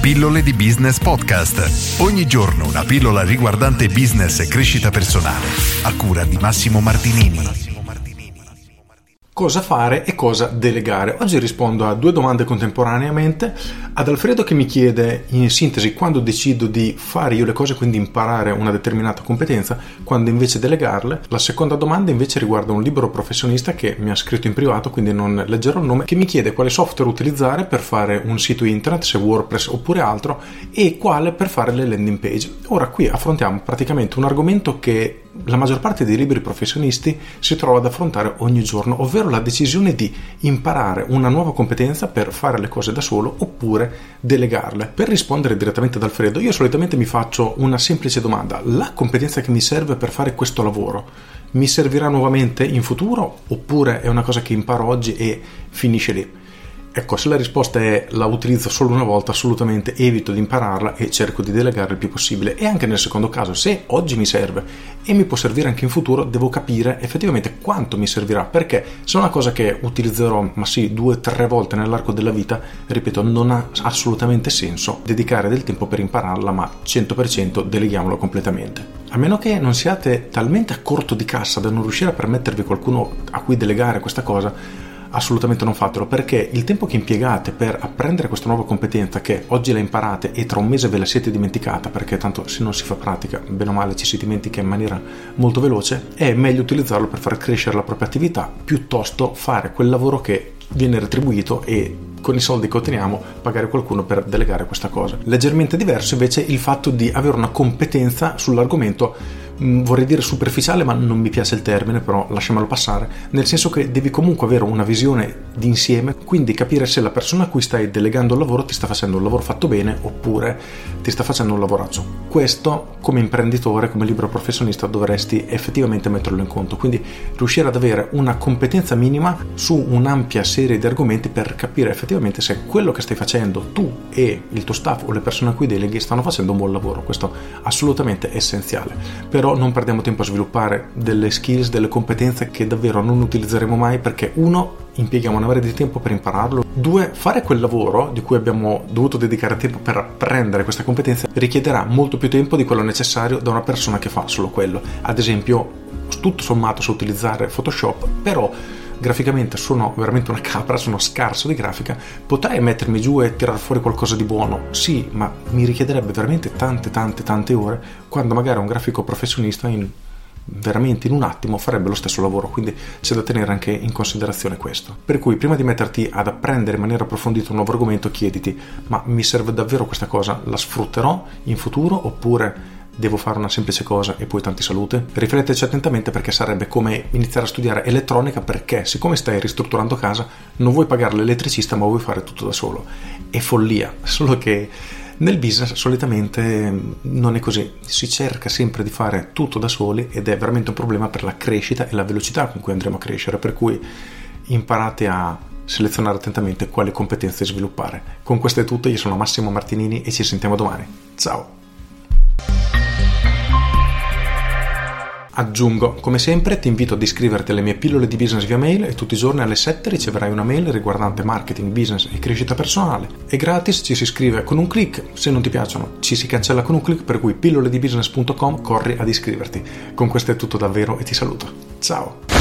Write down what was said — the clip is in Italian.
Pillole di Business Podcast. Ogni giorno una pillola riguardante business e crescita personale. A cura di Massimo Martinini. Cosa fare e cosa delegare? Oggi rispondo a due domande contemporaneamente. Ad Alfredo che mi chiede in sintesi quando decido di fare io le cose, quindi imparare una determinata competenza, quando invece delegarle. La seconda domanda invece riguarda un libero professionista che mi ha scritto in privato, quindi non leggerò il nome, che mi chiede quale software utilizzare per fare un sito internet, se WordPress oppure altro, e quale per fare le landing page. Ora qui affrontiamo praticamente un argomento che la maggior parte dei liberi professionisti si trova ad affrontare ogni giorno, ovvero la decisione di imparare una nuova competenza per fare le cose da solo oppure delegarle. Per rispondere direttamente ad Alfredo, io solitamente mi faccio una semplice domanda: la competenza che mi serve per fare questo lavoro mi servirà nuovamente in futuro oppure è una cosa che imparo oggi e finisce lì? Ecco, se la risposta è la utilizzo solo una volta, assolutamente evito di impararla e cerco di delegarla il più possibile. E anche nel secondo caso, se oggi mi serve e mi può servire anche in futuro, devo capire effettivamente quanto mi servirà, perché se è una cosa che utilizzerò, 2-3 volte nell'arco della vita, ripeto, non ha assolutamente senso dedicare del tempo per impararla, ma 100% deleghiamolo completamente. A meno che non siate talmente a corto di cassa da non riuscire a permettervi qualcuno a cui delegare questa cosa, assolutamente non fatelo, perché il tempo che impiegate per apprendere questa nuova competenza, che oggi la imparate e tra un mese ve la siete dimenticata, perché tanto se non si fa pratica, bene o male ci si dimentica in maniera molto veloce, è meglio utilizzarlo per far crescere la propria attività, piuttosto fare quel lavoro che viene retribuito e con i soldi che otteniamo pagare qualcuno per delegare questa cosa. Leggermente diverso invece il fatto di avere una competenza sull'argomento, vorrei dire superficiale, ma non mi piace il termine, però lasciamolo passare, nel senso che devi comunque avere una visione d'insieme, quindi capire se la persona a cui stai delegando il lavoro ti sta facendo un lavoro fatto bene oppure ti sta facendo un lavoraccio. Questo come imprenditore, come libero professionista dovresti effettivamente metterlo in conto, quindi riuscire ad avere una competenza minima su un'ampia serie di argomenti per capire effettivamente se quello che stai facendo tu e il tuo staff o le persone a cui deleghi stanno facendo un buon lavoro. Questo assolutamente è essenziale. Però non perdiamo tempo a sviluppare delle skills, delle competenze che davvero non utilizzeremo mai, perché uno, impieghiamo una marea di tempo per impararlo, due, fare quel lavoro di cui abbiamo dovuto dedicare tempo per apprendere questa competenza richiederà molto più tempo di quello necessario da una persona che fa solo quello. Ad esempio, tutto sommato so utilizzare Photoshop, però graficamente sono veramente una capra, sono scarso di grafica, potrei mettermi giù e tirar fuori qualcosa di buono, sì, ma mi richiederebbe veramente tante ore, quando magari un grafico professionista veramente in un attimo farebbe lo stesso lavoro, quindi c'è da tenere anche in considerazione questo. Per cui prima di metterti ad apprendere in maniera approfondita un nuovo argomento, chiediti: ma mi serve davvero questa cosa? La sfrutterò in futuro oppure devo fare una semplice cosa e poi tanti salute? Rifletteci attentamente, perché sarebbe come iniziare a studiare elettronica perché, siccome stai ristrutturando casa, non vuoi pagare l'elettricista ma vuoi fare tutto da solo. È follia, solo che nel business solitamente non è così, si cerca sempre di fare tutto da soli ed è veramente un problema per la crescita e la velocità con cui andremo a crescere, per cui imparate a selezionare attentamente quali competenze sviluppare. Con questo è tutto, io sono Massimo Martinini e ci sentiamo domani. Ciao! Aggiungo, come sempre, ti invito ad iscriverti alle mie pillole di business via mail e tutti i giorni alle 7 riceverai una mail riguardante marketing, business e crescita personale. È gratis, ci si iscrive con un click, se non ti piacciono ci si cancella con un click, per cui pilloledibusiness.com, corri ad iscriverti. Con questo è tutto davvero e ti saluto. Ciao!